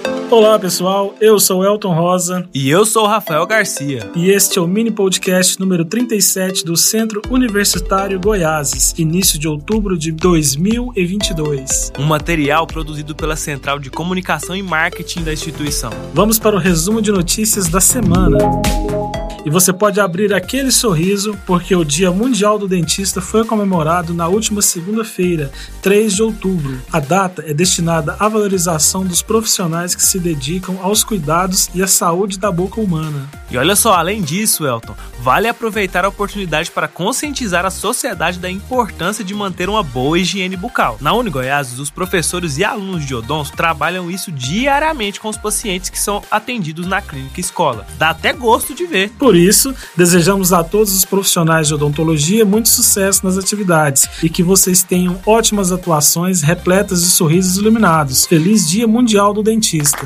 Olá pessoal, eu sou Elton Rosa. E eu sou Rafael Garcia. E este é o mini podcast número 37 do Centro Universitário Goiáses, início de outubro de 2022. Um material produzido pela Central de Comunicação e Marketing da instituição. Vamos para o resumo de notícias da semana. E você pode abrir aquele sorriso porque o Dia Mundial do Dentista foi comemorado na última segunda-feira, 3 de outubro. A data é destinada à valorização dos profissionais que se dedicam aos cuidados e à saúde da boca humana. E olha só, além disso, Elton, vale aproveitar a oportunidade para conscientizar a sociedade da importância de manter uma boa higiene bucal. Na UniGoiás, os professores e alunos de odonto trabalham isso diariamente com os pacientes que são atendidos na clínica escola. Dá até gosto de ver. Por isso, desejamos a todos os profissionais de odontologia muito sucesso nas atividades e que vocês tenham ótimas atuações repletas de sorrisos iluminados. Feliz Dia Mundial do Dentista!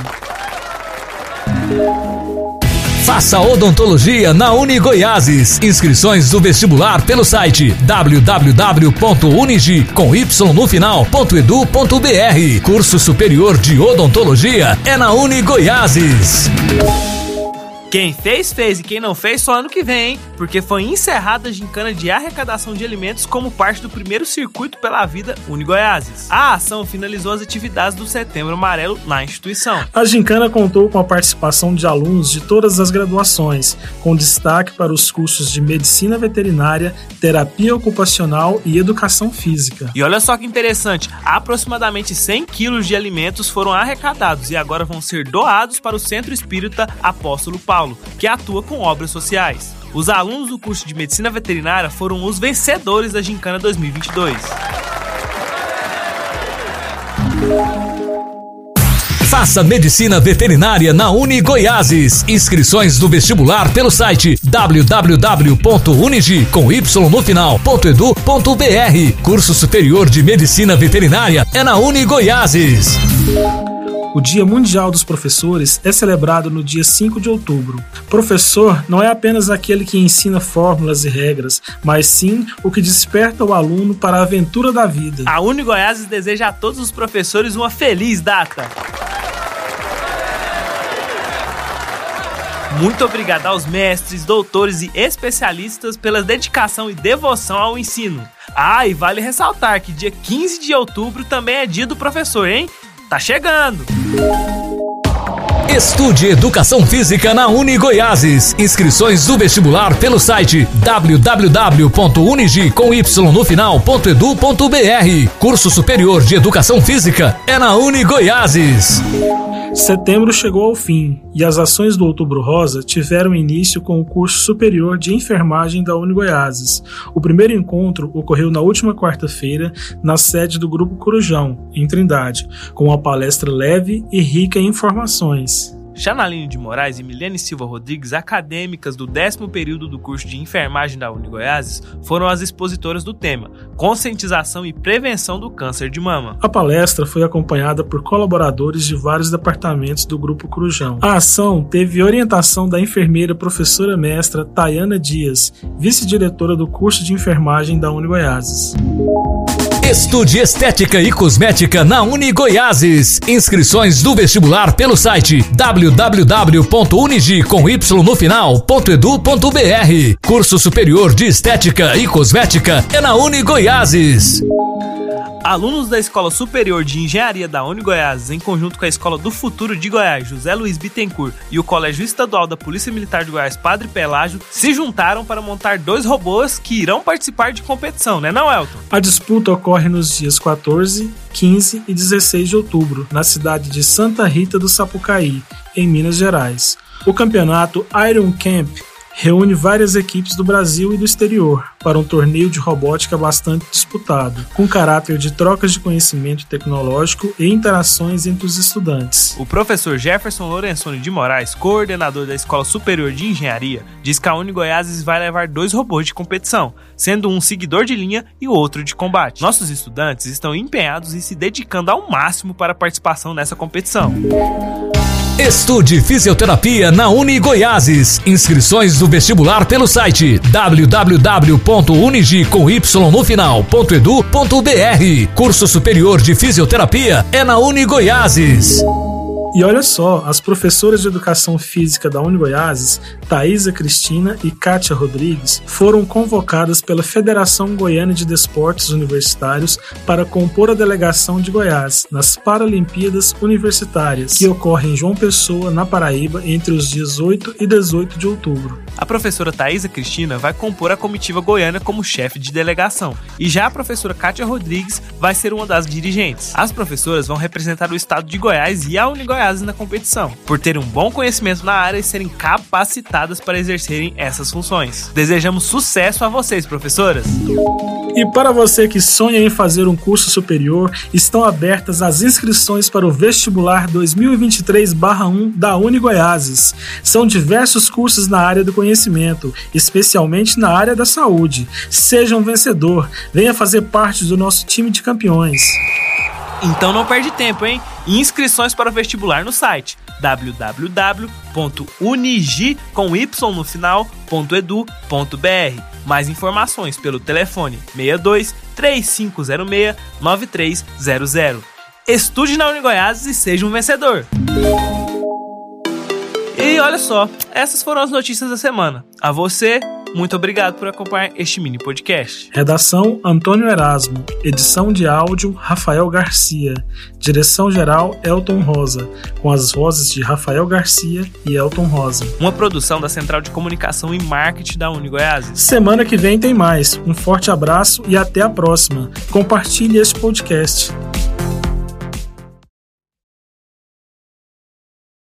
Faça odontologia na UniGoiáses. Inscrições do vestibular pelo site www.unigi.edu.br. Curso Superior de Odontologia é na UniGoiáses. Quem fez, fez, e quem não fez, só ano que vem, hein? Porque foi encerrada a gincana de arrecadação de alimentos como parte do primeiro circuito pela vida UniGoiáses. A ação finalizou as atividades do Setembro Amarelo na instituição. A gincana contou com a participação de alunos de todas as graduações, com destaque para os cursos de Medicina Veterinária, Terapia Ocupacional e Educação Física. E olha só que interessante, aproximadamente 100 quilos de alimentos foram arrecadados e agora vão ser doados para o Centro Espírita Apóstolo Paulo, que atua com obras sociais. Os alunos do curso de Medicina Veterinária foram os vencedores da Gincana 2022. Faça Medicina Veterinária na UniGoiáses. Inscrições do vestibular pelo site www.unigi.edu.br. Curso Superior de Medicina Veterinária é na UniGoiáses. O Dia Mundial dos Professores é celebrado no dia 5 de outubro. Professor não é apenas aquele que ensina fórmulas e regras, mas sim o que desperta o aluno para a aventura da vida. A UniGoiáses deseja a todos os professores uma feliz data. Muito obrigado aos mestres, doutores e especialistas pela dedicação e devoção ao ensino. E vale ressaltar que dia 15 de outubro também é dia do professor, hein? Tá chegando! Estude Educação Física na UniGoiáses. Inscrições do vestibular pelo site www.unigi.edu.br. Curso Superior de Educação Física é na UniGoiáses. Setembro chegou ao fim e as ações do Outubro Rosa tiveram início com o curso superior de enfermagem da UniGoiáses. O primeiro encontro ocorreu na última quarta-feira na sede do Grupo Corujão, em Trindade, com uma palestra leve e rica em informações. Janaline de Moraes e Milene Silva Rodrigues, acadêmicas do 10º período do curso de enfermagem da UniGoiáses, foram as expositoras do tema Conscientização e Prevenção do Câncer de Mama. A palestra foi acompanhada por colaboradores de vários departamentos do Grupo Corujão. A ação teve orientação da enfermeira professora mestra Tayana Dias, vice-diretora do curso de enfermagem da UniGoiáses. Estude Estética e Cosmética na UniGoiáses. Inscrições do vestibular pelo site www.unigi.edu.br. Curso Superior de Estética e Cosmética é na UniGoiáses. Alunos da Escola Superior de Engenharia da UniGoiáses, em conjunto com a Escola do Futuro de Goiás, José Luiz Bittencourt, e o Colégio Estadual da Polícia Militar de Goiás, Padre Pelágio, se juntaram para montar 2 robôs que irão participar de competição, né não, Elton? A disputa ocorre nos dias 14, 15 e 16 de outubro, na cidade de Santa Rita do Sapucaí, em Minas Gerais. O campeonato Iron Camp reúne várias equipes do Brasil e do exterior para um torneio de robótica bastante disputado, com caráter de trocas de conhecimento tecnológico e interações entre os estudantes. O professor Jefferson Lorenzoni de Moraes, coordenador da Escola Superior de Engenharia, diz que a UniGoiáses vai levar 2 robôs de competição, sendo um seguidor de linha e o outro de combate. Nossos estudantes estão empenhados e se dedicando ao máximo para a participação nessa competição. Estude Fisioterapia na UniGoiáses. Inscrições do vestibular pelo site www.unigi.edu.br. Curso Superior de Fisioterapia é na UniGoiáses. E olha só, as professoras de Educação Física da UniGoiás, Thaisa Cristina e Kátia Rodrigues, foram convocadas pela Federação Goiana de Desportos Universitários para compor a delegação de Goiás nas Paralimpíadas Universitárias, que ocorrem em João Pessoa, na Paraíba, entre os dias 8 e 18 de outubro. A professora Thaisa Cristina vai compor a comitiva goiana como chefe de delegação, e já a professora Kátia Rodrigues vai ser uma das dirigentes. As professoras vão representar o estado de Goiás e a UniGoiás na competição, por terem um bom conhecimento na área e serem capacitadas para exercerem essas funções. Desejamos sucesso a vocês, professoras! E para você que sonha em fazer um curso superior, estão abertas as inscrições para o Vestibular 2023/1 da UniGoiás. São diversos cursos na área do conhecimento, especialmente na área da saúde. Seja um vencedor, venha fazer parte do nosso time de campeões. Então não perde tempo, hein? Inscrições para o vestibular no site www.unigi.edu.br. Mais informações pelo telefone 62 3506 9300. Estude na UniGoiás e seja um vencedor! E olha só, essas foram as notícias da semana. A você, muito obrigado por acompanhar este mini podcast. Redação Antônio Erasmo. Edição de áudio Rafael Garcia. Direção-geral Elton Rosa, com as vozes de Rafael Garcia e Elton Rosa. Uma produção da Central de Comunicação e Marketing da UniGoiás. Semana que vem tem mais. Um forte abraço e até a próxima. Compartilhe este podcast.